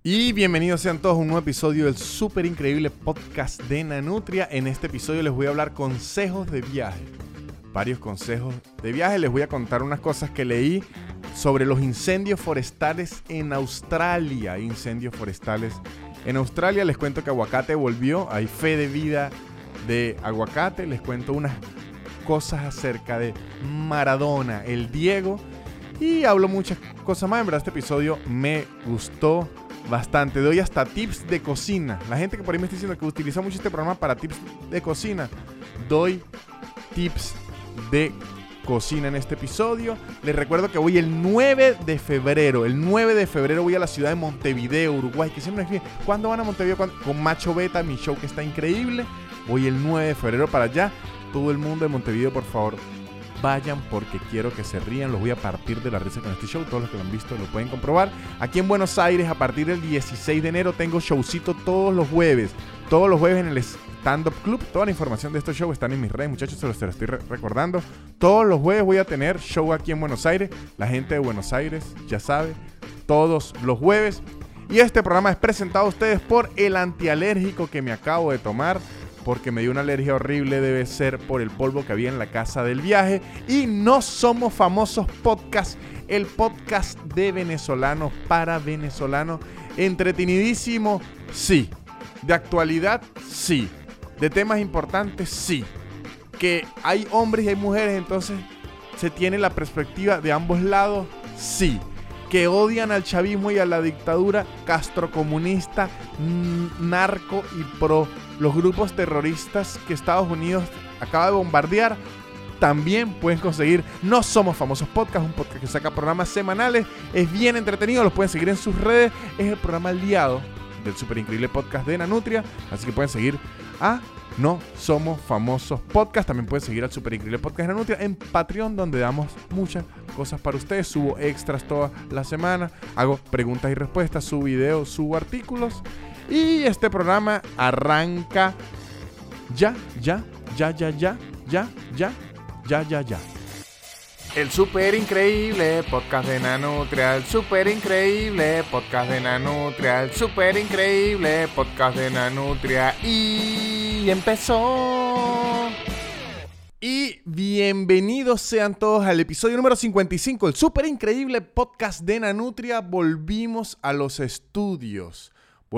Y bienvenidos sean todos a un nuevo episodio del súper increíble podcast de Nanutria. En este episodio les voy a hablar consejos de viaje. Varios consejos de viaje. Les voy a contar unas cosas que leí sobre los incendios forestales en Australia. Les cuento que Aguacate volvió. Hay fe de vida de Aguacate. Les cuento unas cosas acerca de Maradona, el Diego. Y hablo muchas cosas más. En verdad este episodio me gustó bastante. Doy hasta tips de cocina. La gente que por ahí me está diciendo que utiliza mucho este programa para tips de cocina, doy tips de cocina en este episodio. Les recuerdo que voy el 9 de febrero. El 9 de febrero voy a la ciudad de Montevideo, Uruguay. Que siempre me escriben, ¿cuándo van a Montevideo? Con Macho Beta, mi show que está increíble. Voy el 9 de febrero para allá. Todo el mundo de Montevideo, por favor, vayan porque quiero que se rían. Los voy a partir de la risa con este show. Todos los que lo han visto lo pueden comprobar. Aquí en Buenos Aires, a partir del 16 de enero, tengo showcito todos los jueves. Todos los jueves en el Stand Up Club. Toda la información de estos shows están en mis redes, muchachos. Se los estoy recordando. Todos los jueves voy a tener show aquí en Buenos Aires. La gente de Buenos Aires ya sabe. Todos los jueves. Y este programa es presentado a ustedes por el antialérgico que me acabo de tomar, porque me dio una alergia horrible. Debe ser por el polvo que había en la casa del viaje. Y No Somos Famosos Podcast, el podcast de venezolanos para venezolanos. Entretenidísimo, sí. De actualidad, sí. De temas importantes, sí. Que hay hombres y hay mujeres, entonces se tiene la perspectiva de ambos lados, sí. Que odian al chavismo y a la dictadura castrocomunista, narco y pro los grupos terroristas que Estados Unidos acaba de bombardear, también pueden conseguir No Somos Famosos Podcast, un podcast que saca programas semanales, es bien entretenido, los pueden seguir en sus redes, es el programa aliado del súper increíble podcast de Nanutria, así que pueden seguir a No Somos Famosos Podcast. También pueden seguir al súper increíble podcast de Nanutria en Patreon, donde damos muchas cosas para ustedes. Subo extras toda la semana, hago preguntas y respuestas, subo videos, subo artículos. Y este programa arranca ya. El súper increíble podcast de Nanutria, el súper increíble podcast de Nanutria, el súper increíble podcast de Nanutria. Y empezó. Y bienvenidos sean todos al episodio número 55, el súper increíble podcast de Nanutria. Volvimos a los estudios.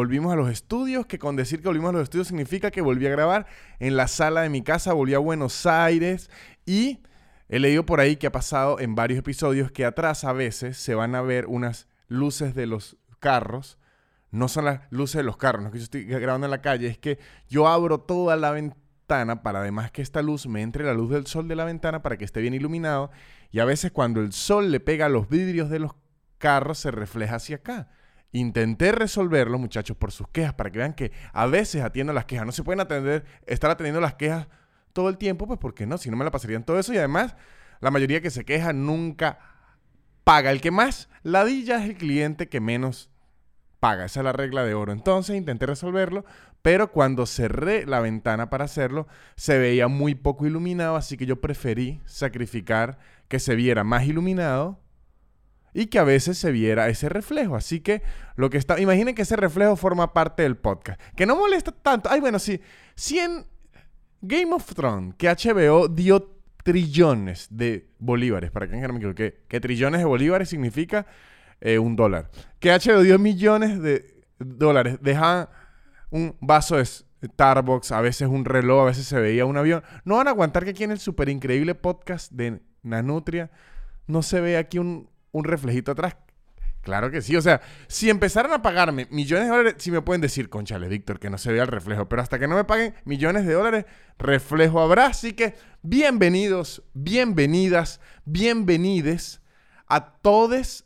Que con decir que volvimos a los estudios significa que volví a grabar en la sala de mi casa, volví a Buenos Aires y he leído por ahí que ha pasado en varios episodios que atrás a veces se van a ver unas luces de los carros. No son las luces de los carros, no es que yo estoy grabando en la calle, es que yo abro toda la ventana para además que esta luz me entre la luz del sol de la ventana para que esté bien iluminado. Y a veces cuando el sol le pega a los vidrios de los carros se refleja hacia acá. Intenté resolverlo, muchachos, por sus quejas, para que vean que a veces atiendo las quejas. No se pueden estar atendiendo las quejas todo el tiempo, pues ¿por qué no? Si no me la pasarían todo eso. Y además, la mayoría que se queja nunca paga. El que más ladilla es el cliente que menos paga. Esa es la regla de oro. Entonces intenté resolverlo, pero cuando cerré la ventana para hacerlo, se veía muy poco iluminado, así que yo preferí sacrificar que se viera más iluminado y que a veces se viera ese reflejo. Así que imaginen que ese reflejo forma parte del podcast. Que no molesta tanto. Ay, bueno, sí. Si en Game of Thrones, que HBO dio trillones de bolívares, para que no me equivoque, que trillones de bolívares significa $1. Que HBO dio millones de dólares. Dejaban un vaso de Starbucks, a veces un reloj, a veces se veía un avión. No van a aguantar que aquí en el súper increíble podcast de Nanutria no se vea aquí un reflejito atrás. Claro que sí, o sea, si empezaran a pagarme millones de dólares, sí me pueden decir, cónchale, Víctor, que no se vea el reflejo, pero hasta que no me paguen millones de dólares, reflejo habrá. Así que bienvenidos, bienvenidas, bienvenides a todes,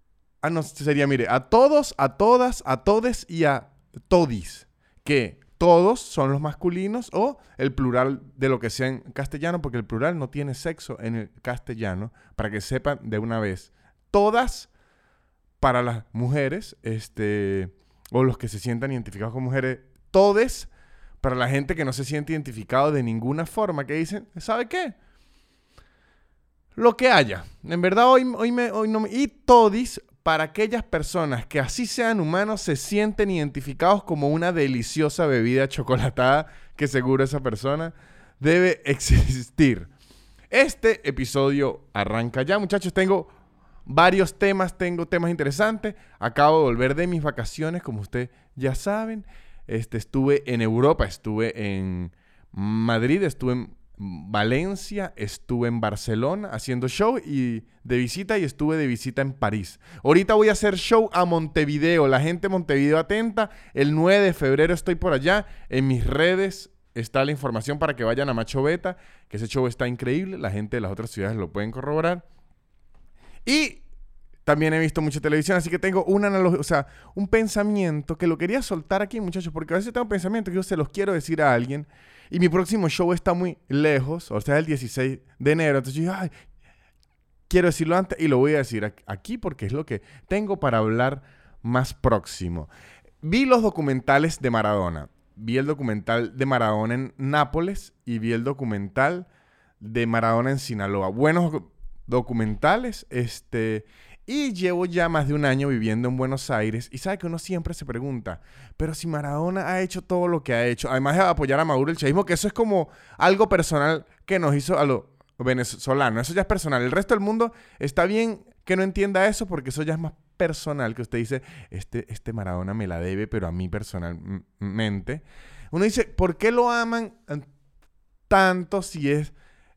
a todos, a todas, a todes y a todis, que todos son los masculinos o el plural de lo que sea en castellano, porque el plural no tiene sexo en el castellano, para que sepan de una vez. Todas para las mujeres, o los que se sientan identificados como mujeres. Todes para la gente que no se siente identificado de ninguna forma, que dicen, ¿sabe qué? Lo que haya. En verdad hoy no me... Y todis para aquellas personas que así sean humanos se sienten identificados como una deliciosa bebida chocolatada que seguro esa persona debe existir. Este episodio arranca ya, muchachos. Tengo varios temas, tengo temas interesantes. Acabo de volver de mis vacaciones, como ustedes ya saben. Estuve en Europa, estuve en Madrid, estuve en Valencia, estuve en Barcelona haciendo show y estuve de visita en París. Ahorita voy a hacer show a Montevideo. La gente de Montevideo atenta. El 9 de febrero estoy por allá. En mis redes está la información para que vayan a Macho Beta, que ese show está increíble. La gente de las otras ciudades lo pueden corroborar. Y también he visto mucha televisión, así que tengo una analogía, o sea, un pensamiento que lo quería soltar aquí, muchachos, porque a veces tengo pensamientos que yo se los quiero decir a alguien y mi próximo show está muy lejos, o sea, el 16 de enero. Entonces yo quiero decirlo antes y lo voy a decir aquí porque es lo que tengo para hablar más próximo. Vi los documentales de Maradona. Vi el documental de Maradona en Nápoles y vi el documental de Maradona en Sinaloa. Buenos documentales, y llevo ya más de un año viviendo en Buenos Aires y sabe que uno siempre se pregunta, pero si Maradona ha hecho todo lo que ha hecho, además de apoyar a Maduro el chavismo, que eso es como algo personal que nos hizo a los venezolanos, eso ya es personal. El resto del mundo está bien que no entienda eso porque eso ya es más personal, que usted dice, este Maradona me la debe, pero a mí personalmente. Uno dice, ¿por qué lo aman tanto si es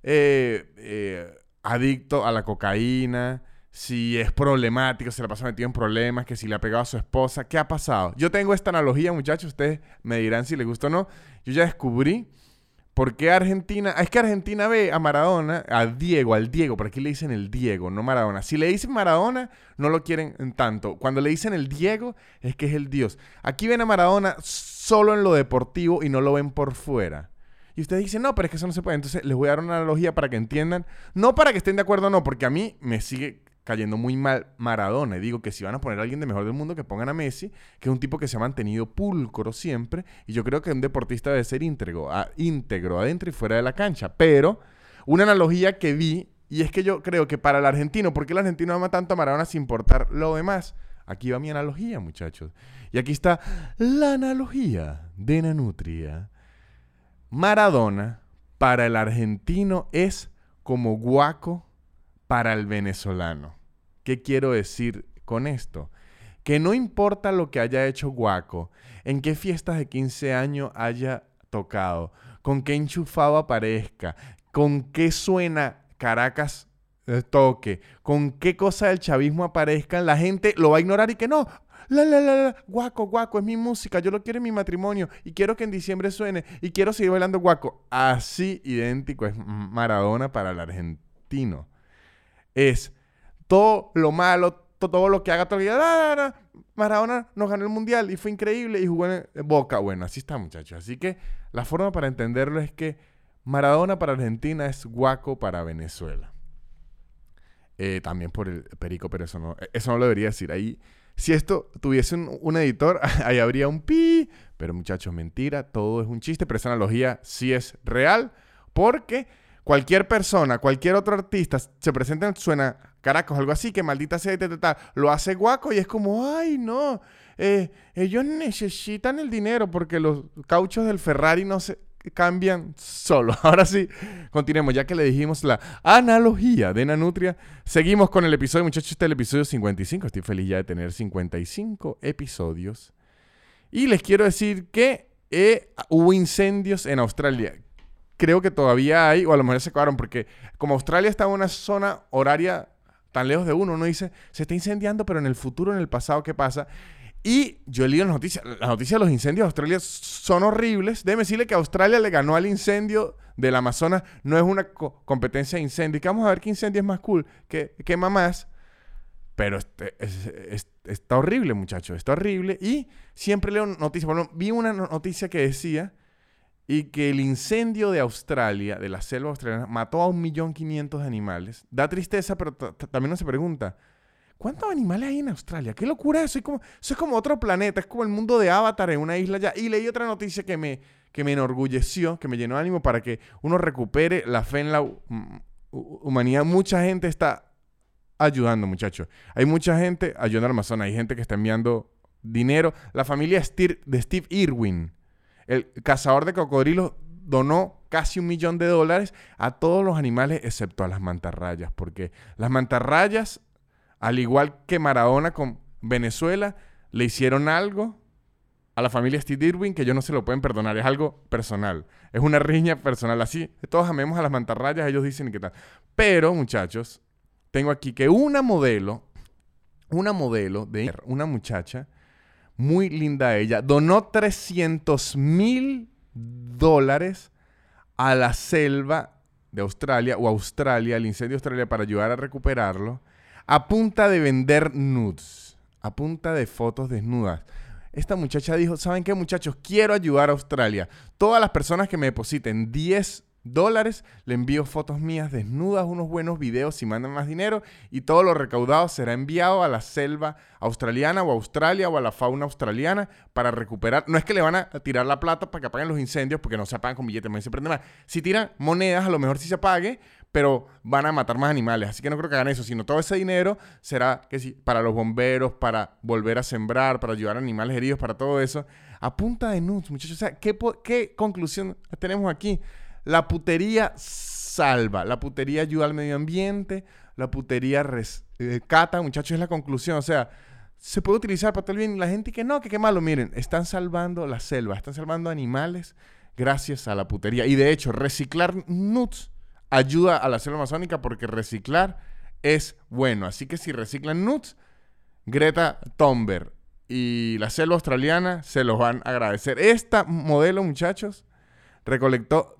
adicto a la cocaína? Si es problemático, se la pasa metido en problemas, que si le ha pegado a su esposa, ¿qué ha pasado? Yo tengo esta analogía, muchachos, ustedes me dirán si les gusta o no. Yo ya descubrí por qué Argentina... Es que Argentina ve a Maradona, al Diego, por aquí le dicen el Diego, no Maradona. Si le dicen Maradona, no lo quieren tanto. Cuando le dicen el Diego, es que es el Dios. Aquí ven a Maradona solo en lo deportivo y no lo ven por fuera. Y ustedes dicen, no, pero es que eso no se puede. Entonces les voy a dar una analogía para que entiendan. No para que estén de acuerdo o no, porque a mí me sigue cayendo muy mal Maradona. Y digo que si van a poner a alguien de mejor del mundo, que pongan a Messi, que es un tipo que se ha mantenido pulcro siempre. Y yo creo que un deportista debe ser íntegro adentro y fuera de la cancha. Pero una analogía que vi, y es que yo creo que para el argentino, ¿por qué el argentino ama tanto a Maradona sin importar lo demás? Aquí va mi analogía, muchachos. Y aquí está la analogía de Nanutria. Maradona para el argentino es como Guaco para el venezolano. ¿Qué quiero decir con esto? Que no importa lo que haya hecho Guaco, en qué fiestas de 15 años haya tocado, con qué enchufado aparezca, con qué suena Caracas toque, con qué cosa del chavismo aparezca, la gente lo va a ignorar y que no... Guaco, es mi música, yo lo quiero en mi matrimonio y quiero que en diciembre suene y quiero seguir bailando Guaco. Así idéntico es Maradona para el argentino. Es todo lo malo, todo lo que haga todo el día. Maradona nos ganó el mundial y fue increíble y jugó en Boca. Bueno, así está, muchachos. Así que la forma para entenderlo es que Maradona para Argentina es Guaco para Venezuela. También por el perico, pero eso no lo debería decir. Ahí, si esto tuviese un editor, ahí habría un pi. Pero muchachos, mentira, todo es un chiste. Pero esa analogía sí es real. Porque cualquier persona, cualquier otro artista se presenta en Suena Caracas o algo así, que maldita sea, lo hace Guaco y es como, ay, no. Ellos necesitan el dinero porque los cauchos del Ferrari no se cambian solo. Ahora sí, continuemos. Ya que le dijimos la analogía de Nanutria, seguimos con el episodio, muchachos. Este es el episodio 55. Estoy feliz ya de tener 55 episodios. Y les quiero decir que hubo incendios en Australia. Creo que todavía hay, o a lo mejor se acabaron, porque como Australia está en una zona horaria tan lejos de uno dice, se está incendiando, pero en el futuro, en el pasado, ¿qué pasa? Y yo he leído las noticias de los incendios de Australia son horribles. Déjeme decirle que Australia le ganó al incendio del Amazonas. No es una competencia de incendio. Y que vamos a ver qué incendio es más cool, que quema más. Pero está horrible, muchachos. Está horrible. Y siempre leo noticias. Bueno, vi una noticia que decía y que el incendio de Australia, de la selva australiana, mató a 1.500.000 animales. Da tristeza, pero también uno se pregunta, ¿cuántos animales hay en Australia? ¡Qué locura eso! Eso es como otro planeta. Es como el mundo de Avatar en una isla ya. Y leí otra noticia que me enorgulleció, que me llenó de ánimo para que uno recupere la fe en la humanidad. Mucha gente está ayudando, muchachos. Hay mucha gente ayudando al Amazonas. Hay gente que está enviando dinero. La familia de Steve Irwin, el cazador de cocodrilos, donó casi $1 millón a todos los animales excepto a las mantarrayas. Porque las mantarrayas, al igual que Maradona con Venezuela, le hicieron algo a la familia Steve Irwin que ellos no se lo pueden perdonar. Es algo personal. Es una riña personal. Así, todos amemos a las mantarrayas, ellos dicen que tal. Pero, muchachos, tengo aquí que una modelo de una muchacha, muy linda ella, donó $300,000 a la selva de Australia, el incendio de Australia, para ayudar a recuperarlo, a punta de vender nudes, a punta de fotos desnudas. Esta muchacha dijo, ¿saben qué, muchachos? Quiero ayudar a Australia. Todas las personas que me depositen $10, le envío fotos mías desnudas, unos buenos videos si mandan más dinero, y todo lo recaudado será enviado a la selva australiana o a Australia o a la fauna australiana para recuperar. No es que le van a tirar la plata para que apaguen los incendios, porque no se apagan con billetes, no se prende más. Si tiran monedas, a lo mejor sí se apague, pero van a matar más animales. Así que no creo que hagan eso, sino todo ese dinero será que sí, para los bomberos, para volver a sembrar, para ayudar a animales heridos, para todo eso. A punta de nudes, muchachos. O sea, ¿qué conclusión tenemos aquí? La putería salva, la putería ayuda al medio ambiente, la putería rescata, muchachos, es la conclusión. O sea, se puede utilizar para todo el bien. La gente que no, que qué malo. Miren, están salvando la selva, están salvando animales gracias a la putería. Y de hecho, reciclar nudes ayuda a la selva amazónica porque reciclar es bueno. Así que si reciclan nudes, Greta Thunberg y la selva australiana se los van a agradecer. Esta modelo, muchachos, recolectó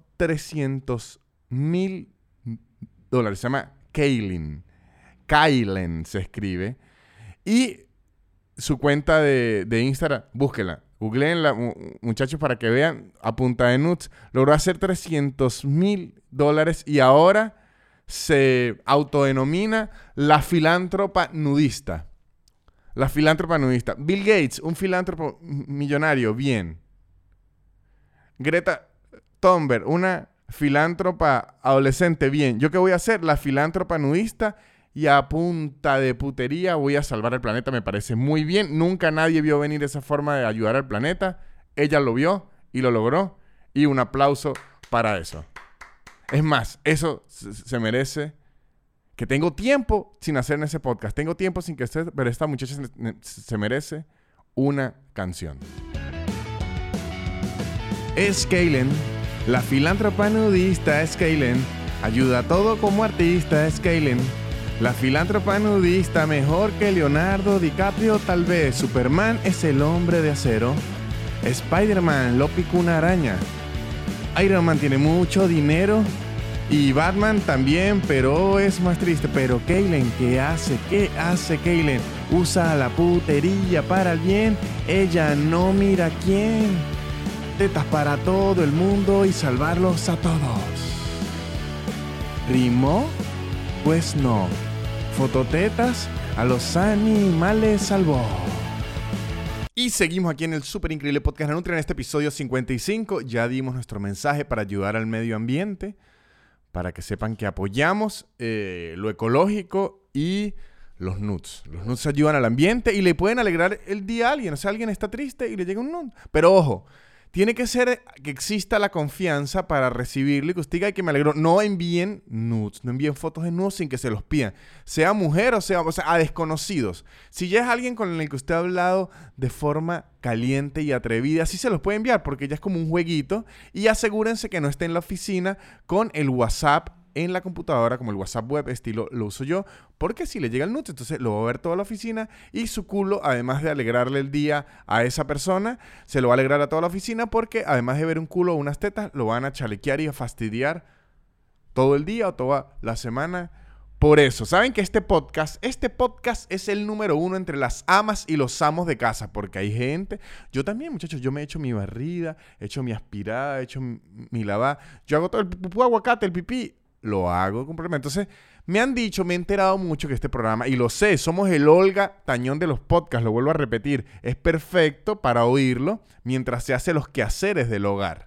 $300,000. Se llama Kaylin. Kylen se escribe. Y su cuenta de Instagram, búsquenla. Googleenla, muchachos, para que vean. A punta de nudes logró hacer $300,000 y ahora se autodenomina la filántropa nudista. La filántropa nudista. Bill Gates, un filántropo millonario, bien. Greta Thunberg, una filántropa adolescente, bien. ¿Yo qué voy a hacer? La filántropa nudista, y a punta de putería voy a salvar el planeta. Me parece muy bien. Nunca nadie vio venir esa forma de ayudar al planeta. Ella lo vio y lo logró. Y un aplauso para eso. Es más, eso se merece. Que tengo tiempo sin hacer en ese podcast. Tengo tiempo sin que esté, pero esta muchacha se merece una canción. Es Kaylin. La filántropa nudista es Kaylin. Ayuda a todo como artista es Kaylin. La filántropa nudista mejor que Leonardo DiCaprio tal vez. Superman es el hombre de acero. Spider-Man lo picó una araña. Iron Man tiene mucho dinero. Y Batman también, pero es más triste. Pero Kaylin, ¿qué hace? ¿Qué hace Kaylin? Usa la putería para el bien. Ella no mira a quién. Tetas para todo el mundo y salvarlos a todos. ¿Rimó? Pues no. Fototetas a los animales salvó. Y seguimos aquí en el Súper Increíble Podcast de Nanutria en este episodio 55. Ya dimos nuestro mensaje para ayudar al medio ambiente, para que sepan que apoyamos lo ecológico y los nudes. Los nudes ayudan al ambiente y le pueden alegrar el día a alguien. O sea, alguien está triste y le llega un nude. Pero ojo, tiene que ser que exista la confianza para recibirlo y que usted diga que me alegró. No envíen nudes, no envíen fotos de nudes sin que se los pidan. Sea mujer o sea, a desconocidos. Si ya es alguien con el que usted ha hablado de forma caliente y atrevida, sí se los puede enviar porque ya es como un jueguito. Y asegúrense que no esté en la oficina con el WhatsApp en la computadora, como el WhatsApp web estilo lo uso yo, porque si le llega el nude, entonces lo va a ver toda la oficina y su culo, además de alegrarle el día a esa persona, se lo va a alegrar a toda la oficina porque además de ver un culo o unas tetas, lo van a chalequear y a fastidiar todo el día o toda la semana. Por eso, ¿saben que este podcast es el número 1 entre las amas y los amos de casa? Porque hay gente, yo también, muchachos, yo me he hecho mi barrida, he hecho mi aspirada, he hecho mi lavada, yo hago todo el pupú aguacate, el pipí, lo hago completamente. Entonces, me han dicho, me he enterado mucho que este programa, y lo sé, somos el Olga Tañón de los podcasts, lo vuelvo a repetir, es perfecto para oírlo mientras se hace los quehaceres del hogar.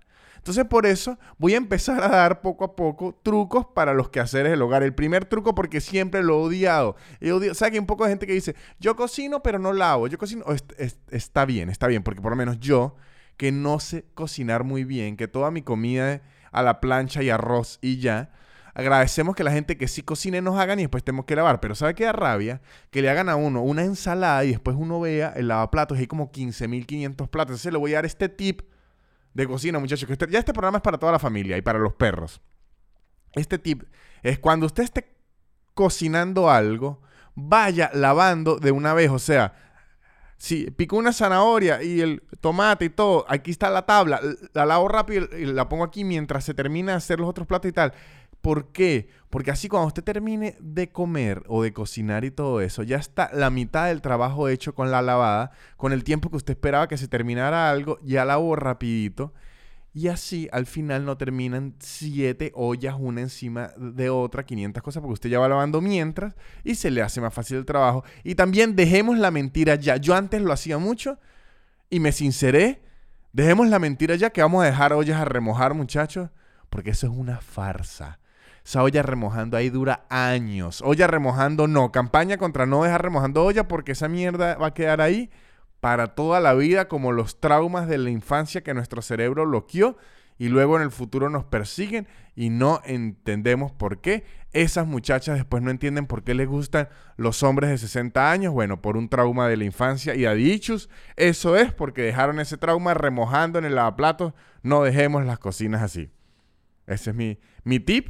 Entonces por eso voy a empezar a dar poco a poco trucos para los quehaceres del hogar. El primer truco, porque siempre lo he odiado. ¿Sabes que hay un poco de gente que dice, yo cocino pero no lavo? Yo cocino, está bien, porque por lo menos yo, que no sé cocinar muy bien, que toda mi comida es a la plancha y arroz y ya, agradecemos que la gente que sí cocine nos hagan y después tenemos que lavar. Pero ¿sabe qué da rabia? Que le hagan a uno una ensalada y después uno vea el lavaplatos y hay como 15.500 platos. Entonces le voy a dar este tip de cocina, muchachos. Que ya este programa es para toda la familia y para los perros. Este tip es cuando usted esté cocinando algo, vaya lavando de una vez. O sea, si picó una zanahoria y el tomate y todo, aquí está la tabla, la lavo rápido y la pongo aquí mientras se termina de hacer los otros platos y tal. ¿Por qué? Porque así cuando usted termine de comer o de cocinar y todo eso, ya está la mitad del trabajo hecho con la lavada, con el tiempo que usted esperaba que se terminara algo, ya lavó rapidito. Y así al final no terminan 7 ollas una encima de otra, 500 cosas, porque usted ya va lavando mientras y se le hace más fácil el trabajo. Y también dejemos la mentira ya. Yo antes lo hacía mucho y me sinceré. Dejemos la mentira ya, que vamos a dejar ollas a remojar, muchachos, porque eso es una farsa. Esa olla remojando ahí dura años. Olla remojando no. Campaña contra no dejar remojando olla, porque esa mierda va a quedar ahí para toda la vida, como los traumas de la infancia que nuestro cerebro bloqueó y luego en el futuro nos persiguen y no entendemos por qué. Esas muchachas después no entienden por qué les gustan los hombres de 60 años. Bueno, por un trauma de la infancia y adichus. Eso es porque dejaron ese trauma remojando en el lavaplatos. No dejemos las cocinas así. Ese es mi tip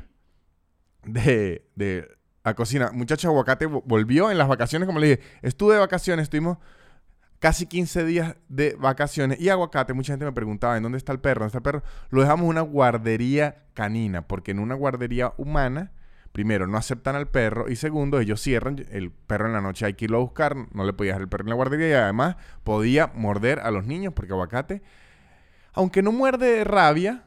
de la cocina. Muchachos, Aguacate volvió en las vacaciones, como le dije. Estuve de vacaciones, estuvimos casi 15 días de vacaciones. Y Aguacate, mucha gente me preguntaba, ¿en dónde está el perro? ¿Dónde está el perro? Lo dejamos en una guardería canina, porque en una guardería humana, primero, no aceptan al perro, y segundo, ellos cierran. El perro en la noche hay que irlo a buscar, no le podía dejar el perro en la guardería, y además podía morder a los niños, porque Aguacate, aunque no muerde de rabia,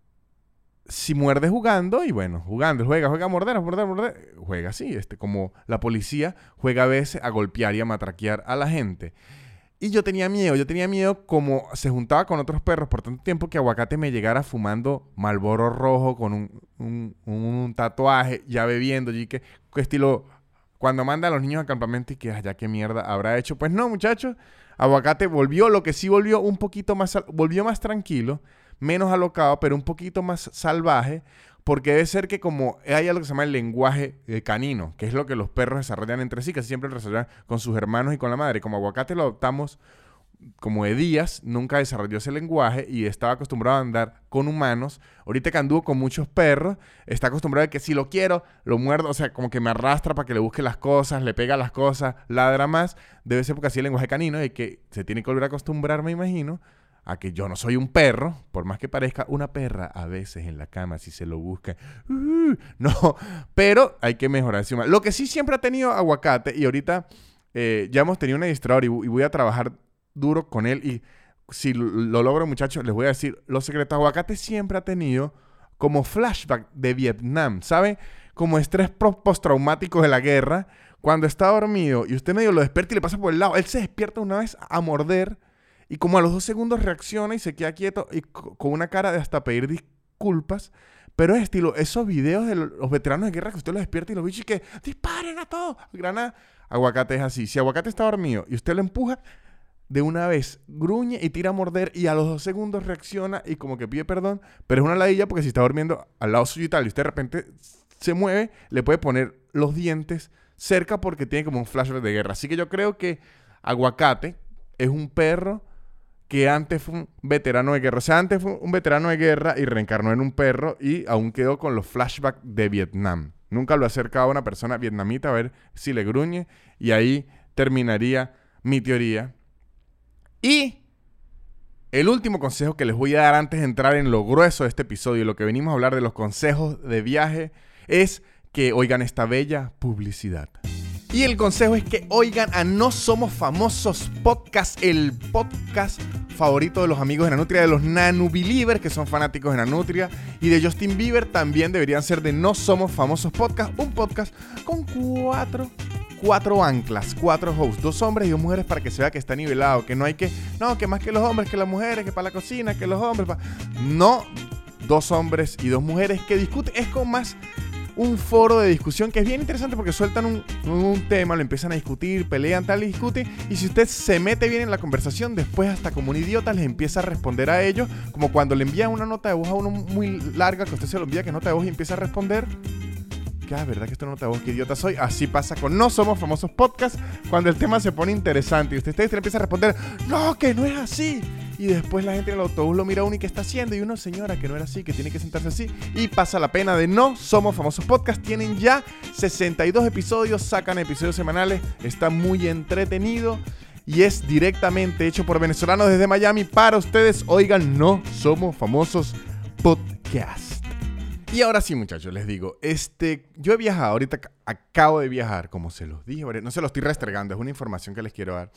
si muerde jugando, y bueno, jugando, juega a morder, juega así, como la policía juega a veces a golpear y a matraquear a la gente. Y yo tenía miedo como se juntaba con otros perros por tanto tiempo, que Aguacate me llegara fumando Marlboro rojo con un tatuaje, ya bebiendo, y que estilo, cuando manda a los niños al campamento y que, ya qué mierda habrá hecho. Pues no, muchachos, Aguacate volvió, lo que sí volvió un poquito más, volvió más tranquilo, menos alocado, pero un poquito más salvaje, porque debe ser que como hay algo que se llama el lenguaje canino, que es lo que los perros desarrollan entre sí, que siempre lo desarrollan con sus hermanos y con la madre. Como Aguacate lo adoptamos como de días, nunca desarrolló ese lenguaje y estaba acostumbrado a andar con humanos. Ahorita que anduvo con muchos perros, está acostumbrado a que si lo quiero, lo muerdo, o sea, como que me arrastra para que le busque las cosas, le pega las cosas, ladra más. Debe ser porque así el lenguaje canino y que se tiene que volver a acostumbrar, me imagino, a que yo no soy un perro, por más que parezca una perra a veces en la cama, si se lo busca. No, pero hay que mejorar encima. Lo que sí siempre ha tenido Aguacate, y ahorita ya hemos tenido un adiestrador y voy a trabajar duro con él, y si lo logro, muchachos, les voy a decir los secretos. Aguacate siempre ha tenido como flashback de Vietnam, ¿sabe? Como estrés postraumático de la guerra. Cuando está dormido y usted medio lo despierta y le pasa por el lado, él se despierta una vez a morder. Y como a los 2 segundos reacciona y se queda quieto y con una cara de hasta pedir disculpas. Pero es estilo esos videos de los veteranos de guerra que usted los despierta y los bichos que disparen a todos. Granada. Aguacate es así. Si Aguacate está dormido y usted lo empuja, de una vez gruñe y tira a morder y a los 2 segundos reacciona y como que pide perdón. Pero es una ladilla porque si está durmiendo al lado suyo y tal y usted de repente se mueve, le puede poner los dientes cerca porque tiene como un flashback de guerra. Así que yo creo que Aguacate es un perro que antes fue un veterano de guerra. O sea, antes fue un veterano de guerra y reencarnó en un perro y aún quedó con los flashbacks de Vietnam. Nunca lo he acercado a una persona vietnamita a ver si le gruñe. Y ahí terminaría mi teoría. Y el último consejo que les voy a dar antes de entrar en lo grueso de este episodio, lo que venimos a hablar de los consejos de viaje, es que oigan esta bella publicidad. Y el consejo es que oigan a No Somos Famosos Podcast, el podcast favorito de los amigos de Nanutria, de los Nanubelievers, que son fanáticos de Nanutria, y de Justin Bieber. También deberían ser de No Somos Famosos Podcast, un podcast con cuatro anclas, 4 hosts, 2 hombres y 2 mujeres, para que se vea que está nivelado, que no hay que, no, que más que los hombres, que las mujeres, que para la cocina, que los hombres, no, dos hombres y dos mujeres que discuten. Es como más un foro de discusión que es bien interesante porque sueltan un tema, lo empiezan a discutir, pelean, tal y discuten. Y si usted se mete bien en la conversación, después hasta como un idiota les empieza a responder a ellos. Como cuando le envían una nota de voz a uno muy larga, que usted se lo envía que es nota de voz y empieza a responder. Que verdad que esto no nota de voz, qué idiota soy. Así pasa con No Somos Famosos Podcast, cuando el tema se pone interesante y usted le empieza a responder, no, que no es así. Y después la gente en el autobús lo mira a uno y ¿qué está haciendo? Y uno, señora, que no era así, que tiene que sentarse así. Y pasa la pena de No Somos Famosos Podcast. Tienen ya 62 episodios, sacan episodios semanales, está muy entretenido y es directamente hecho por venezolanos desde Miami para ustedes. Oigan, No Somos Famosos Podcast. Y ahora sí, muchachos, les digo, yo he viajado, ahorita acabo de viajar, como se los dije, no se los estoy restregando, es una información que les quiero dar.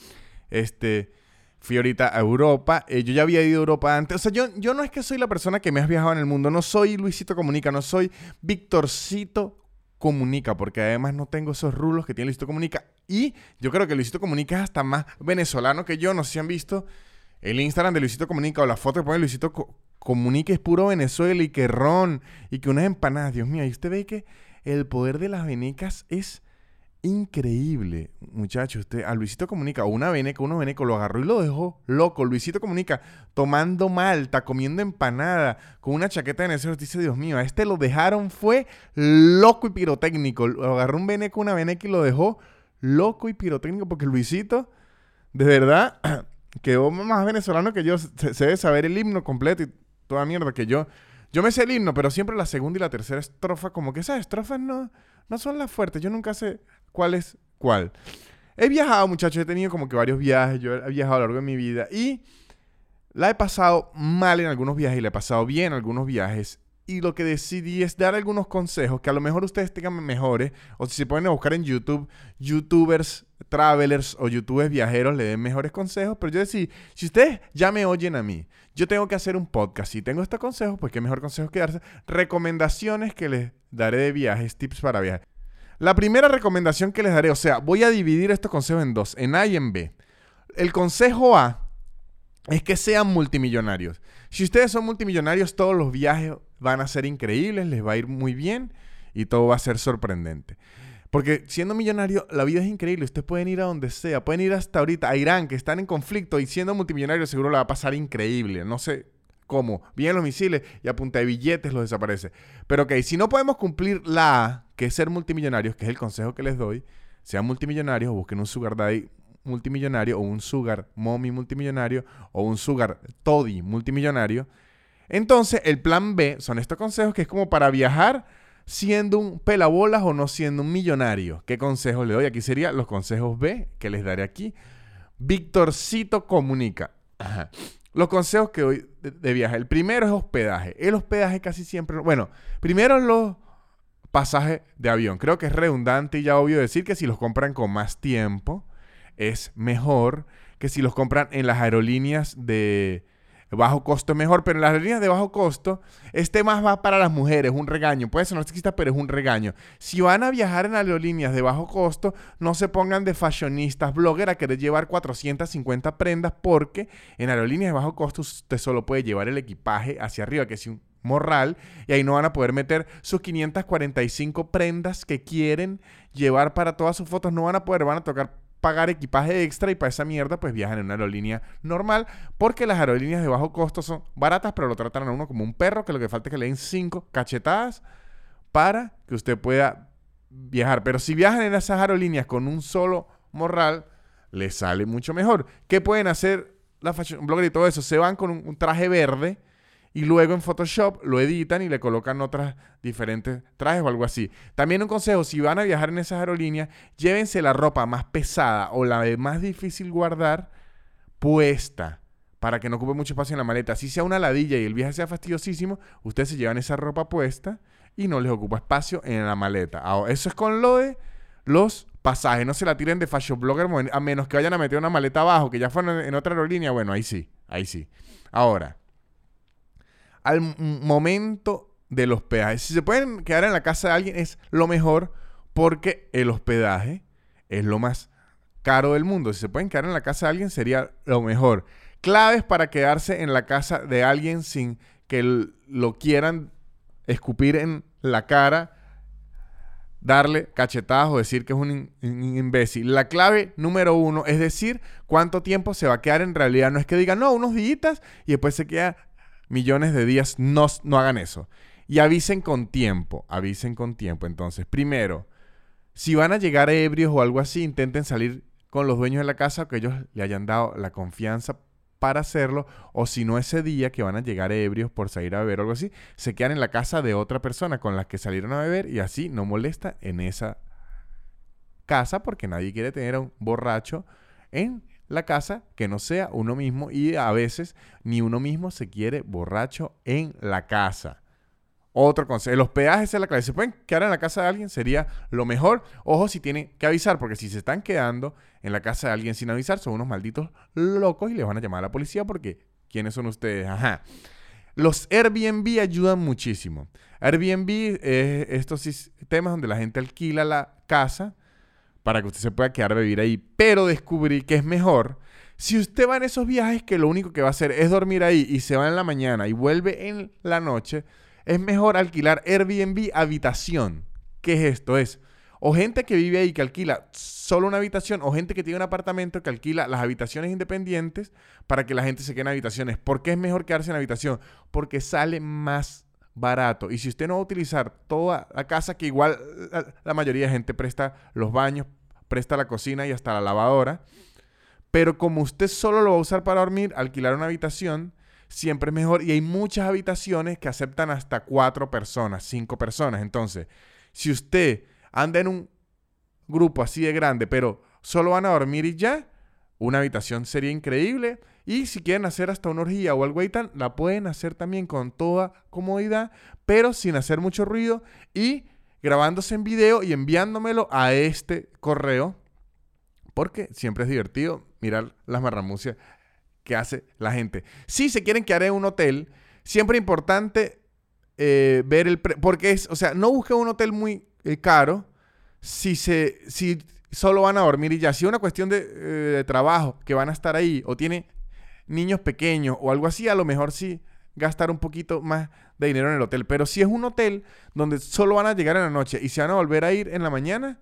Fui ahorita a Europa, yo ya había ido a Europa antes, o sea, yo no es que soy la persona que más viajado en el mundo, no soy Luisito Comunica, no soy Victorcito Comunica, porque además no tengo esos rulos que tiene Luisito Comunica, y yo creo que Luisito Comunica es hasta más venezolano que yo, no sé si han visto el Instagram de Luisito Comunica o la foto que pone Luisito Comunica es puro Venezuela y que ron y que unas empanadas, Dios mío, y usted ve que el poder de las venecas es increíble, muchachos. Usted a Luisito Comunica o unos venecos lo agarró y lo dejó loco. Luisito Comunica tomando malta, comiendo empanada, con una chaqueta de Venezuela. Dice, Dios mío, a este lo dejaron, fue loco y pirotécnico. Lo agarró un veneco, una veneca y lo dejó loco y pirotécnico porque Luisito, de verdad, quedó más venezolano que yo. Se debe saber el himno completo y toda mierda que yo me sé el himno, pero siempre la segunda y la tercera estrofa, como que esas estrofas no son las fuertes. Yo nunca sé cuál es cuál. He viajado, muchachos, he tenido como que varios viajes. Yo he viajado a lo largo de mi vida y la he pasado mal en algunos viajes y la he pasado bien en algunos viajes. Y lo que decidí es dar algunos consejos que a lo mejor ustedes tengan mejores. O si se pueden buscar en YouTube, YouTubers, travelers o YouTubers viajeros le den mejores consejos. Pero yo decidí, si ustedes ya me oyen a mí, yo tengo que hacer un podcast. Si tengo estos consejos, pues qué mejor consejos que darse. Recomendaciones que les daré de viajes, tips para viajes. La primera recomendación que les daré, o sea, voy a dividir estos consejos en dos, en A y en B. El consejo A es que sean multimillonarios. Si ustedes son multimillonarios, todos los viajes van a ser increíbles, les va a ir muy bien y todo va a ser sorprendente. Porque siendo millonario, la vida es increíble. Ustedes pueden ir a donde sea, pueden ir hasta ahorita a Irán, que están en conflicto, y siendo multimillonarios seguro la va a pasar increíble. No sé cómo. Vienen los misiles y a punta de billetes los desaparece. Pero ok, si no podemos cumplir la A, que es ser multimillonarios, que es el consejo que les doy, sean multimillonarios o busquen un sugar daddy multimillonario o un sugar mommy multimillonario o un sugar toddy multimillonario. Entonces, el plan B son estos consejos que es como para viajar siendo un pelabolas o no siendo un millonario. ¿Qué consejos le doy? Aquí serían los consejos B que les daré aquí. Victorcito Comunica. Ajá. Los consejos que doy de viaje. El primero es hospedaje. El hospedaje casi siempre... Bueno, primero los pasajes de avión. Creo que es redundante y ya obvio decir que si los compran con más tiempo es mejor que si los compran en las aerolíneas de bajo costo es mejor, pero en las aerolíneas de bajo costo más va para las mujeres, un regaño, puede sonar sexista, pero es un regaño. Si van a viajar en aerolíneas de bajo costo, no se pongan de fashionistas, blogger a querer llevar 450 prendas, porque en aerolíneas de bajo costo usted solo puede llevar el equipaje hacia arriba, que es un morral, y ahí no van a poder meter sus 545 prendas que quieren llevar para todas sus fotos, no van a poder, van a tocar pagar equipaje extra y para esa mierda pues viajan en una aerolínea normal, porque las aerolíneas de bajo costo son baratas, pero lo tratan a uno como un perro, que lo que falta es que le den 5 cachetadas para que usted pueda viajar. Pero si viajan en esas aerolíneas con un solo morral, les sale mucho mejor. ¿Qué pueden hacer la fashion blogger y todo eso? Se van con un traje verde y luego en Photoshop lo editan y le colocan otras diferentes trajes o algo así. También un consejo, si van a viajar en esas aerolíneas, llévense la ropa más pesada o la de más difícil guardar puesta para que no ocupe mucho espacio en la maleta. Así sea una ladilla y el viaje sea fastidiosísimo, ustedes se llevan esa ropa puesta y no les ocupa espacio en la maleta. Ahora, eso es con lo de los pasajes. No se la tiren de fashion blogger a menos que vayan a meter una maleta abajo, que ya fueron en otra aerolínea. Bueno, ahí sí. Ahora, al momento del hospedaje. Si se pueden quedar en la casa de alguien es lo mejor, porque el hospedaje es lo más caro del mundo. Si se pueden quedar en la casa de alguien sería lo mejor. Claves para quedarse en la casa de alguien sin que lo quieran escupir en la cara, darle cachetadas o decir que es un imbécil. La clave número 1 es decir cuánto tiempo se va a quedar en realidad. No es que digan, no, unos días y después se queda millones de días. No hagan eso. Y avisen con tiempo. Entonces, primero, si van a llegar ebrios o algo así, intenten salir con los dueños de la casa o que ellos le hayan dado la confianza para hacerlo, o si no ese día que van a llegar ebrios por salir a beber o algo así, se quedan en la casa de otra persona con la que salieron a beber y así no molesta en esa casa porque nadie quiere tener a un borracho en la casa que no sea uno mismo y a veces ni uno mismo se quiere borracho en la casa. Otro consejo, el hospedaje es la clave. Si pueden quedar en la casa de alguien sería lo mejor. Ojo si tienen que avisar, porque si se están quedando en la casa de alguien sin avisar, son unos malditos locos y les van a llamar a la policía porque ¿quiénes son ustedes? Ajá. Los Airbnb ayudan muchísimo. Airbnb es estos sistemas donde la gente alquila la casa para que usted se pueda quedar a vivir ahí. Pero descubrí que es mejor si usted va en esos viajes que lo único que va a hacer es dormir ahí y se va en la mañana y vuelve en la noche. Es mejor alquilar Airbnb habitación. ¿Qué es esto? Es o gente que vive ahí que alquila solo una habitación o gente que tiene un apartamento que alquila las habitaciones independientes para que la gente se quede en habitaciones. ¿Por qué es mejor quedarse en habitación? Porque sale más barato. Y si usted no va a utilizar toda la casa, que igual la mayoría de gente presta los baños, presta la cocina y hasta la lavadora, pero como usted solo lo va a usar para dormir, alquilar una habitación siempre es mejor y hay muchas habitaciones que aceptan hasta 4 personas, 5 personas. Entonces, si usted anda en un grupo así de grande, pero solo van a dormir y ya, una habitación sería increíble. Y si quieren hacer hasta una orgía o algo ahí tal, la pueden hacer también con toda comodidad, pero sin hacer mucho ruido y grabándose en video y enviándomelo a este correo, porque siempre es divertido mirar las marramucias que hace la gente. Si se quieren quedar en un hotel, siempre es importante ver el porque es, o sea, no busquen un hotel muy caro si solo van a dormir y ya. Si es una cuestión de trabajo que van a estar ahí o tiene niños pequeños o algo así, a lo mejor sí gastar un poquito más de dinero en el hotel. Pero si es un hotel donde solo van a llegar en la noche y se van a volver a ir en la mañana,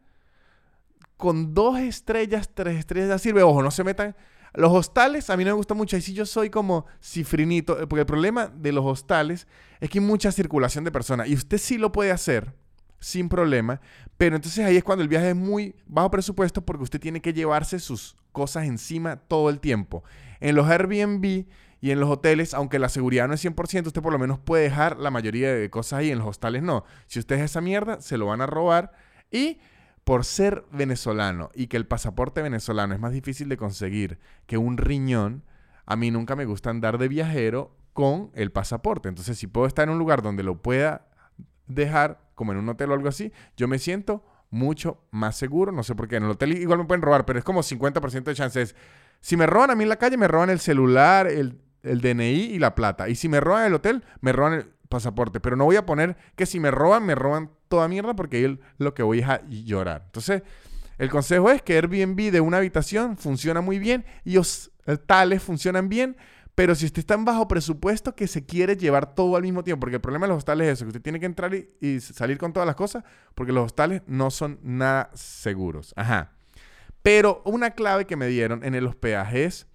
con 2 estrellas, 3 estrellas ya sirve. Ojo, no se metan. Los hostales a mí no me gustan mucho. Y sí yo soy como cifrinito. Porque el problema de los hostales es que hay mucha circulación de personas. Y usted sí lo puede hacer sin problema. Pero entonces ahí es cuando el viaje es muy bajo presupuesto porque usted tiene que llevarse sus cosas encima todo el tiempo. En los Airbnb y en los hoteles, aunque la seguridad no es 100%, usted por lo menos puede dejar la mayoría de cosas ahí. En los hostales no. Si usted es esa mierda, se lo van a robar. Y por ser venezolano y que el pasaporte venezolano es más difícil de conseguir que un riñón, a mí nunca me gusta andar de viajero con el pasaporte. Entonces, si puedo estar en un lugar donde lo pueda dejar, como en un hotel o algo así, yo me siento mucho más seguro. No sé por qué. En el hotel igual me pueden robar, pero es como 50% de chances. Si me roban a mí en la calle, me roban el celular, el DNI y la plata. Y si me roban el hotel, me roban el pasaporte. Pero no voy a poner que si me roban toda mierda porque ahí lo que voy es a llorar. Entonces, el consejo es que Airbnb de una habitación funciona muy bien y hostales funcionan bien, pero si usted está en bajo presupuesto que se quiere llevar todo al mismo tiempo, porque el problema de los hostales es eso, que usted tiene que entrar y salir con todas las cosas, porque los hostales no son nada seguros. Ajá. Pero una clave que me dieron en el hospedaje es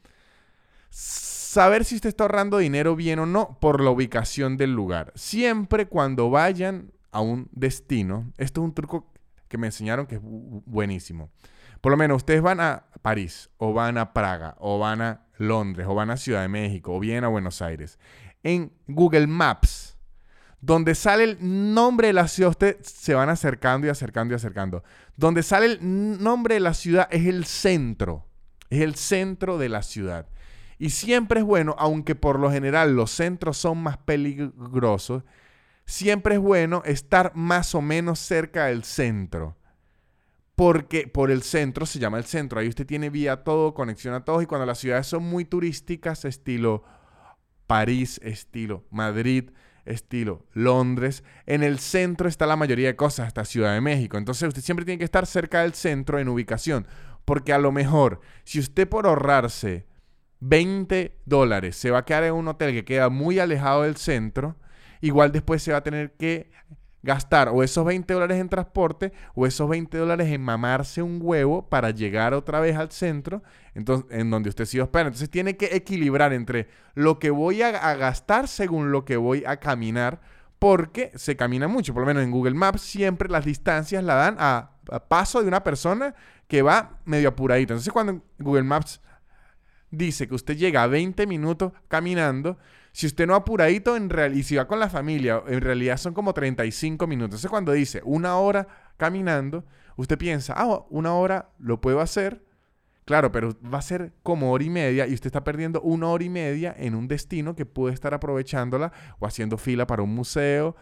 saber si usted está ahorrando dinero bien o no por la ubicación del lugar. Siempre cuando vayan a un destino, esto es un truco que me enseñaron que es buenísimo. Por lo menos ustedes van a París, o van a Praga, o van a Londres, o van a Ciudad de México, o vienen a Buenos Aires. En Google Maps, donde sale el nombre de la ciudad, ustedes se van acercando y acercando y acercando. Donde sale el nombre de la ciudad es el centro de la ciudad. Y siempre es bueno, aunque por lo general los centros son más peligrosos, siempre es bueno estar más o menos cerca del centro. Porque por el centro se llama el centro. Ahí usted tiene vía a todo, conexión a todos. Y cuando las ciudades son muy turísticas, estilo París, estilo Madrid, estilo Londres, en el centro está la mayoría de cosas, hasta Ciudad de México. Entonces usted siempre tiene que estar cerca del centro en ubicación. Porque a lo mejor, si usted por ahorrarse $20. Se va a quedar en un hotel que queda muy alejado del centro. Igual después se va a tener que gastar o esos $20 en transporte o esos $20 en mamarse un huevo para llegar otra vez al centro, entonces, en donde usted se hospeda. Entonces tiene que equilibrar entre lo que voy a gastar según lo que voy a caminar, porque se camina mucho. Por lo menos en Google Maps siempre las distancias la dan a paso de una persona que va medio apuradito. Entonces cuando Google Maps dice que usted llega a 20 minutos caminando, si usted no apuradito y si va con la familia, en realidad son como 35 minutos. Entonces cuando dice 1 hora caminando, usted piensa, 1 hora lo puedo hacer. Claro, pero va a ser como 1 hora y media y usted está perdiendo 1 hora y media en un destino que puede estar aprovechándola o haciendo fila para un museo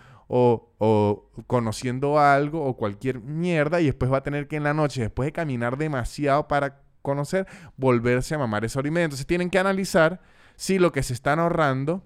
o conociendo algo o cualquier mierda, y después va a tener que en la noche, después de caminar demasiado para conocer, volverse a mamar esa 1 hora y media. Entonces tienen que analizar si lo que se están ahorrando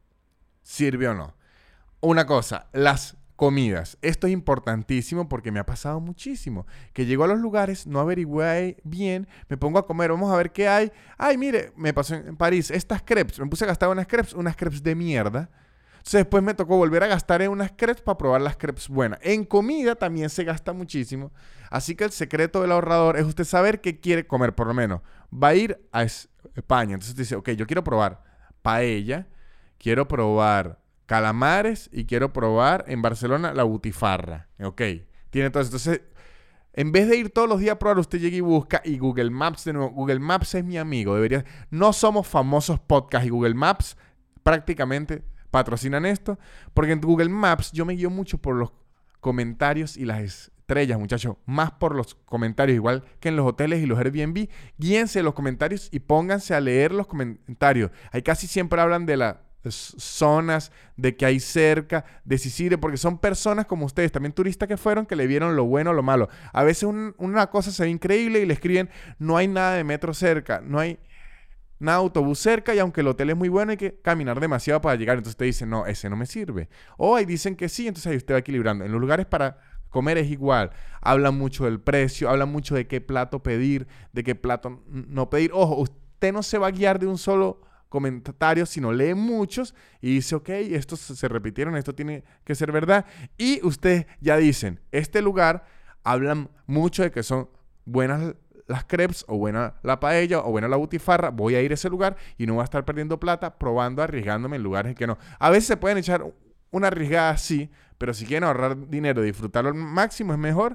sirve o no. Una cosa, las comidas. Esto es importantísimo porque me ha pasado muchísimo. Que llego a los lugares, no averigüé bien, me pongo a comer, vamos a ver qué hay. Ay, mire, me pasó en París, estas crepes. Me puse a gastar unas crepes de mierda. Entonces después me tocó volver a gastar en unas crepes para probar las crepes buenas. En comida también se gasta muchísimo. Así que el secreto del ahorrador es usted saber qué quiere comer, por lo menos. Va a ir a España. Entonces dice, ok, yo quiero probar paella, quiero probar calamares y quiero probar en Barcelona la butifarra. Ok, tiene todo eso. Entonces, en vez de ir todos los días a probar, usted llega y busca, y Google Maps de nuevo. Google Maps es mi amigo. No somos famosos podcasts y Google Maps prácticamente patrocinan esto, porque en Google Maps yo me guío mucho por los comentarios y las estrellas, muchachos, más por los comentarios, igual que en los hoteles y los Airbnb. Guíense los comentarios y pónganse a leer los comentarios. Ahí casi siempre hablan de las zonas, de que hay cerca, de si sirve, porque son personas como ustedes, también turistas que fueron, que le vieron lo bueno o lo malo. A veces una cosa se ve increíble y le escriben, no hay nada de metro cerca, no hay nada de autobús cerca, y aunque el hotel es muy bueno hay que caminar demasiado para llegar. Entonces usted dice, no, ese no me sirve. O ahí dicen que sí, entonces ahí usted va equilibrando. En los lugares para comer es igual. Hablan mucho del precio, hablan mucho de qué plato pedir, de qué plato no pedir. Ojo, usted no se va a guiar de un solo comentario, sino lee muchos y dice, ok, estos se repitieron, esto tiene que ser verdad. Y ustedes ya dicen, este lugar hablan mucho de que son buenas las crepes, o buena la paella, o buena la butifarra. Voy a ir a ese lugar y no voy a estar perdiendo plata probando, arriesgándome en lugares que no. A veces se pueden echar una arriesgada así, pero si quieren ahorrar dinero y disfrutarlo al máximo, es mejor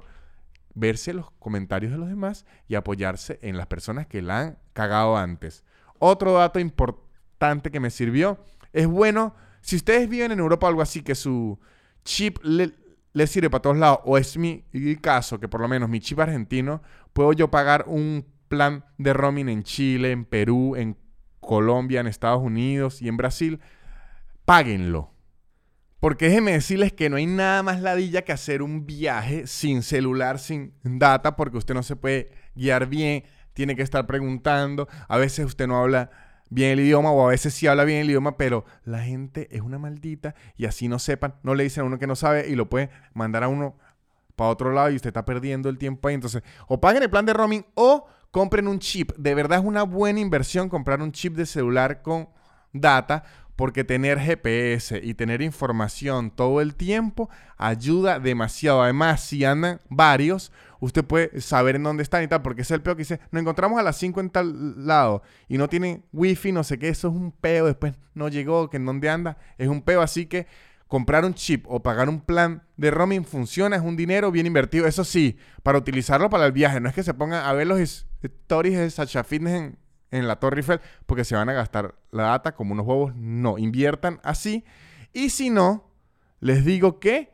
verse los comentarios de los demás y apoyarse en las personas que la han cagado antes. Otro dato importante que me sirvió, es bueno, si ustedes viven en Europa o algo así, que su chip le sirve para todos lados, o es mi caso, que por lo menos mi chip argentino, puedo yo pagar un plan de roaming en Chile, en Perú, en Colombia, en Estados Unidos y en Brasil. Páguenlo. Porque déjenme decirles que no hay nada más ladilla que hacer un viaje sin celular, sin data, porque usted no se puede guiar bien, tiene que estar preguntando. A veces usted no habla bien el idioma, o a veces sí habla bien el idioma, pero la gente es una maldita y así no sepan, no le dicen a uno que no sabe y lo puede mandar a uno para otro lado y usted está perdiendo el tiempo ahí. Entonces, o paguen el plan de roaming o compren un chip. De verdad es una buena inversión comprar un chip de celular con data, porque tener GPS y tener información todo el tiempo ayuda demasiado. Además, si andan varios, usted puede saber en dónde están y tal, porque ese es el peo que dice, nos encontramos a las 5 en tal lado y no tiene wifi, no sé qué, eso es un peo. Después no llegó, que en dónde anda, es un peo. Así que comprar un chip o pagar un plan de roaming funciona, es un dinero bien invertido. Eso sí, para utilizarlo para el viaje, no es que se pongan a ver los stories de Sacha Fitness en la Torre Eiffel, porque se van a gastar la data como unos huevos. No, inviertan así. Y si no, les digo que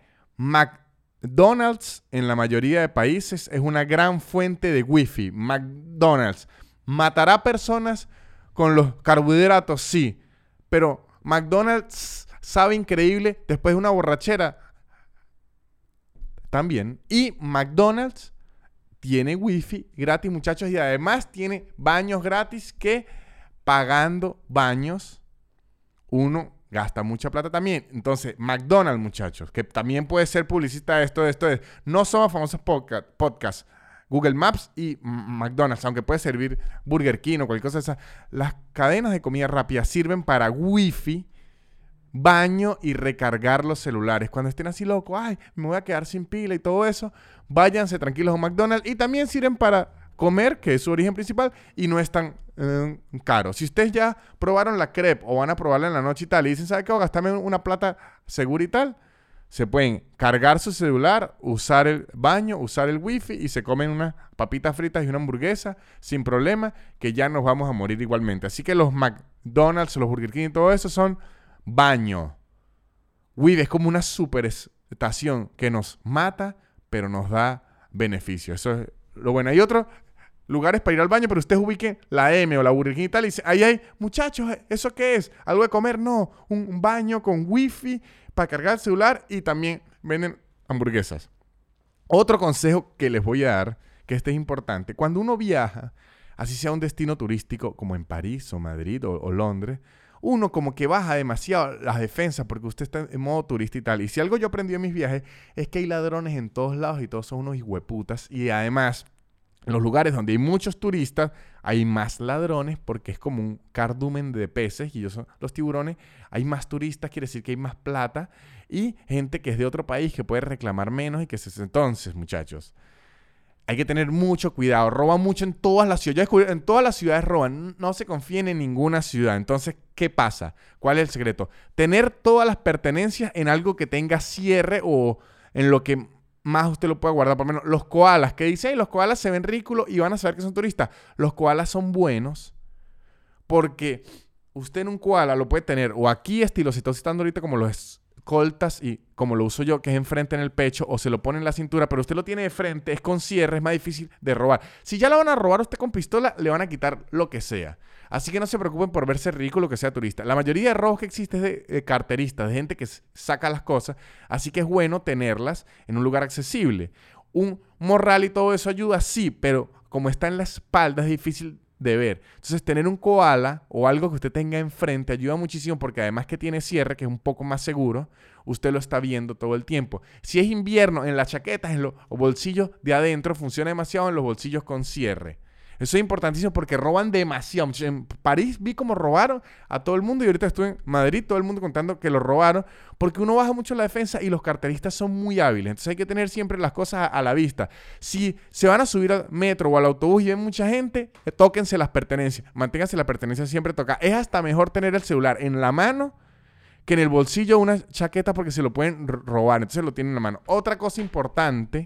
McDonald's en la mayoría de países es una gran fuente de wifi. McDonald's matará personas con los carbohidratos, sí, pero McDonald's sabe increíble después de una borrachera también. Y McDonald's tiene wifi gratis, muchachos, y además tiene baños gratis, que pagando baños uno gasta mucha plata también. Entonces, McDonald's, muchachos, que también puede ser publicista de esto. No somos famosos podcast. Google Maps y McDonald's, aunque puede servir Burger King o cualquier cosa de esa. Las cadenas de comida rápida sirven para Wi-Fi, baño y recargar los celulares. Cuando estén así locos, ay, me voy a quedar sin pila y todo eso, váyanse tranquilos a McDonald's. Y también sirven para comer, que es su origen principal, y no es tan caro. Si ustedes ya probaron la crepe o van a probarla en la noche y tal, y dicen, ¿sabe qué? Voy a gastarme una plata segura y tal, se pueden cargar su celular, usar el baño, usar el wifi y se comen unas papitas fritas y una hamburguesa sin problema, que ya nos vamos a morir igualmente. Así que los McDonald's, los Burger King y todo eso son baño. Wifi es como una superestación que nos mata, pero nos da beneficio. Eso es lo bueno. Hay otros lugares para ir al baño, pero ustedes ubiquen la M o la Burger King y tal, y dicen, ahí hay, muchachos, ¿eso qué es? ¿Algo de comer? No, un baño con wifi para cargar el celular y también venden hamburguesas. Otro consejo que les voy a dar, que este es importante, cuando uno viaja, así sea un destino turístico como en París o Madrid o Londres, uno como que baja demasiado las defensas porque usted está en modo turista y tal. Y si algo yo aprendí en mis viajes es que hay ladrones en todos lados y todos son unos hijueputas. Y además, en los lugares donde hay muchos turistas, hay más ladrones porque es como un cardumen de peces y ellos son los tiburones. Hay más turistas, quiere decir que hay más plata y gente que es de otro país que puede reclamar menos y que se... Entonces, muchachos, hay que tener mucho cuidado. Roban mucho en todas las ciudades. En todas las ciudades roban. No se confíen en ninguna ciudad. Entonces, ¿qué pasa? ¿Cuál es el secreto? Tener todas las pertenencias en algo que tenga cierre o en lo que más usted lo pueda guardar. Por lo menos los koalas. ¿Qué dice? Los koalas se ven ridículos y van a saber que son turistas. Los koalas son buenos porque usted en un koala lo puede tener o aquí estilo, si estoy citando ahorita como los escoltas y como lo uso yo, que es enfrente en el pecho o se lo pone en la cintura, pero usted lo tiene de frente, es con cierre, es más difícil de robar. Si ya la van a robar usted con pistola, le van a quitar lo que sea. Así que no se preocupen por verse ridículo que sea turista. La mayoría de robos que existe es de carteristas, de gente que saca las cosas, así que es bueno tenerlas en un lugar accesible. Un morral y todo eso ayuda, sí, pero como está en la espalda es difícil de ver. Entonces, tener un koala o algo que usted tenga enfrente ayuda muchísimo porque además que tiene cierre, que es un poco más seguro, usted lo está viendo todo el tiempo. Si es invierno, en las chaquetas, en los bolsillos de adentro, funciona demasiado en los bolsillos con cierre. Eso es importantísimo porque roban demasiado. En París vi cómo robaron a todo el mundo y ahorita estuve en Madrid, todo el mundo contando que lo robaron porque uno baja mucho la defensa y los carteristas son muy hábiles. Entonces hay que tener siempre las cosas a la vista. Si se van a subir al metro o al autobús y ven mucha gente, tóquense las pertenencias. Manténganse la pertenencia siempre tocada. Es hasta mejor tener el celular en la mano que en el bolsillo una chaqueta porque se lo pueden robar. Entonces lo tienen en la mano. Otra cosa importante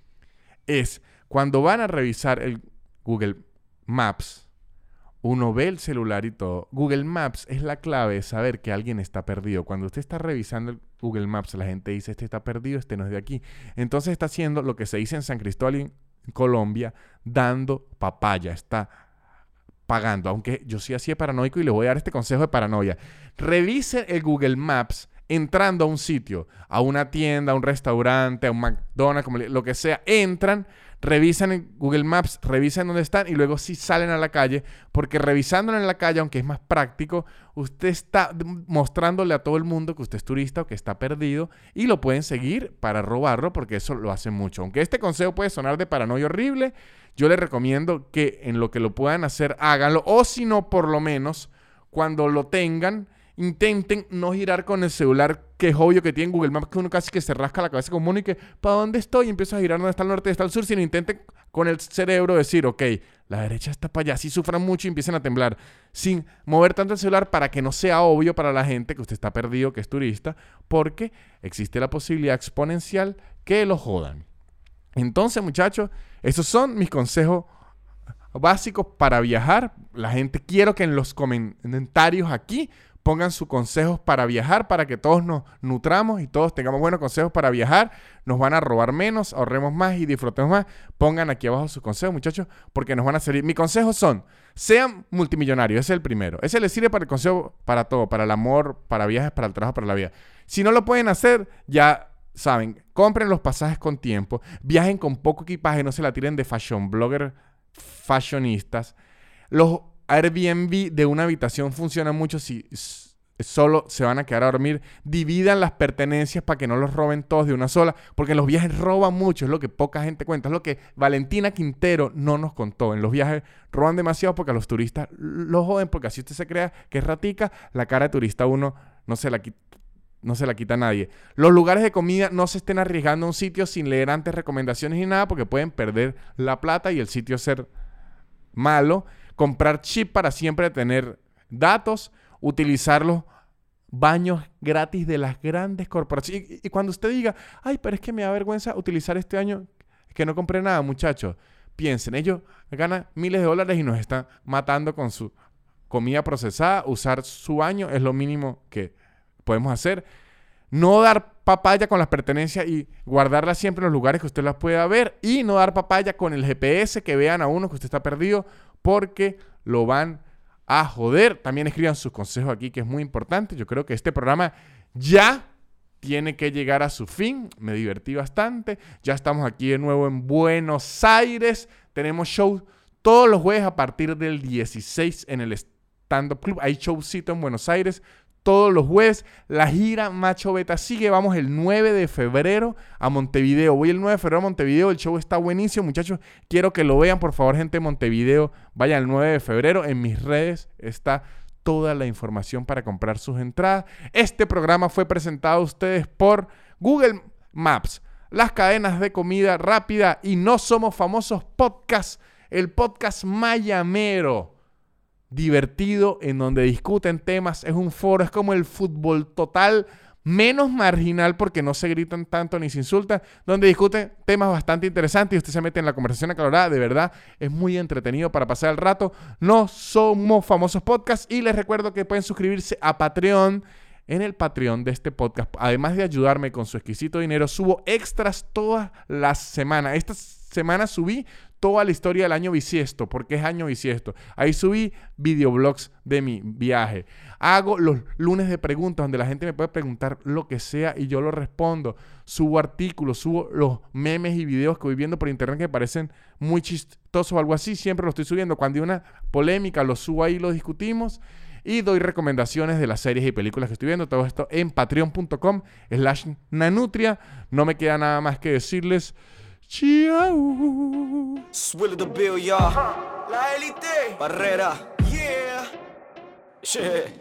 es cuando van a revisar el Google Maps, uno ve el celular y todo. Google Maps es la clave de saber que alguien está perdido. Cuando usted está revisando el Google Maps, la gente dice, este está perdido, este no es de aquí. Entonces está haciendo lo que se dice en San Cristóbal, en Colombia, dando papaya. Está pagando. Aunque yo soy así de paranoico y le voy a dar este consejo de paranoia. Revise el Google Maps entrando a un sitio, a una tienda, a un restaurante, a un McDonald's, como lo que sea. Entran, revisan en Google Maps, revisan dónde están y luego sí salen a la calle, porque revisándolo en la calle, aunque es más práctico, usted está mostrándole a todo el mundo que usted es turista o que está perdido y lo pueden seguir para robarlo, porque eso lo hace mucho. Aunque este consejo puede sonar de paranoia horrible, yo les recomiendo que en lo que lo puedan hacer, háganlo, o si no, por lo menos, cuando lo tengan, intenten no girar con el celular, que es obvio que tiene Google Maps, que uno casi que se rasca la cabeza común y que ¿para dónde estoy? Y empieza a girar dónde está el norte y está el sur, sino intenten con el cerebro decir, ok, la derecha está para allá, así sufran mucho y empiecen a temblar, sin mover tanto el celular para que no sea obvio para la gente que usted está perdido, que es turista, porque existe la posibilidad exponencial que lo jodan. Entonces, muchachos, esos son mis consejos básicos para viajar. La gente, quiero que en los comentarios aquí pongan sus consejos para viajar, para que todos nos nutramos y todos tengamos buenos consejos para viajar. Nos van a robar menos, ahorremos más y disfrutemos más. Pongan aquí abajo sus consejos, muchachos, porque nos van a servir. Mis consejos son, sean multimillonarios, ese es el primero. Ese les sirve para el consejo, para todo, para el amor, para viajes, para el trabajo, para la vida. Si no lo pueden hacer, ya saben, compren los pasajes con tiempo, viajen con poco equipaje, no se la tiren de fashion blogger, fashionistas. Los Airbnb de una habitación funcionan mucho si solo se van a quedar a dormir. Dividan las pertenencias para que no los roben todos de una sola, porque en los viajes roban mucho, es lo que poca gente cuenta, es lo que Valentina Quintero no nos contó. En los viajes roban demasiado porque a los turistas los joden, porque así usted se crea que es ratica, la cara de turista uno no se la quita a nadie. Los lugares de comida, no se estén arriesgando a un sitio sin leer antes recomendaciones ni nada, porque pueden perder la plata y el sitio ser malo. Comprar chip para siempre tener datos. Utilizar los baños gratis de las grandes corporaciones. Y cuando usted diga, ay, pero es que me da vergüenza utilizar este año que no compré nada, muchachos, piensen, ellos ganan miles de dólares y nos están matando con su comida procesada. Usar su baño es lo mínimo que podemos hacer. No dar papaya con las pertenencias y guardarlas siempre en los lugares que usted las pueda ver. Y no dar papaya con el GPS, que vean a uno que usted está perdido, porque lo van a joder. También escriban sus consejos aquí, que es muy importante. Yo creo que este programa ya tiene que llegar a su fin. Me divertí bastante. Ya estamos aquí de nuevo en Buenos Aires. Tenemos shows todos los jueves a partir del 16 en el Stand Up Club. Hay showcito en Buenos Aires todos los jueves. La gira Macho Beta sigue. Vamos el 9 de febrero a Montevideo. Voy el 9 de febrero a Montevideo. El show está buenísimo, muchachos. Quiero que lo vean, por favor, gente de Montevideo. Vayan el 9 de febrero. En mis redes está toda la información para comprar sus entradas. Este programa fue presentado a ustedes por Google Maps, las cadenas de comida rápida y No Somos Famosos Podcast, el podcast mayamero, divertido, en donde discuten temas. Es un foro, es como el Fútbol Total, menos marginal porque no se gritan tanto ni se insultan, donde discuten temas bastante interesantes y usted se mete en la conversación acalorada. De verdad, es muy entretenido para pasar el rato. No Somos Famosos Podcast. Y les recuerdo que pueden suscribirse a Patreon. En el Patreon de este podcast, además de ayudarme con su exquisito dinero, subo extras todas las semanas. Esta semana subí toda la historia del año bisiesto, porque es año bisiesto. Ahí subí videoblogs de mi viaje. Hago los lunes de preguntas, donde la gente me puede preguntar lo que sea y yo lo respondo. Subo artículos, subo los memes y videos que voy viendo por internet que me parecen muy chistosos o algo así. Siempre lo estoy subiendo. Cuando hay una polémica, lo subo ahí, lo discutimos. Y doy recomendaciones de las series y películas que estoy viendo. Todo esto en patreon.com/nanutria. No me queda nada más que decirles chao. Swilly the Bill, y'all. La élite. Barrera. Yeah. Shit.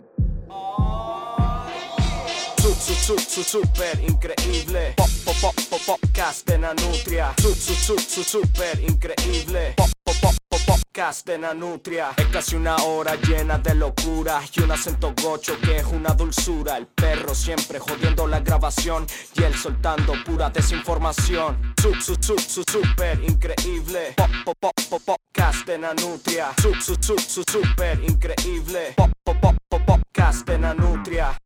Super increíble. Podcast de Nanutria. Super increíble. Podcast de Nanutria. Es casi una hora llena de locura y un acento gocho que es una dulzura. El perro siempre jodiendo la grabación y él soltando pura desinformación. Super increíble. Podcast de Nanutria. Super increíble. Podcast de Nanutria.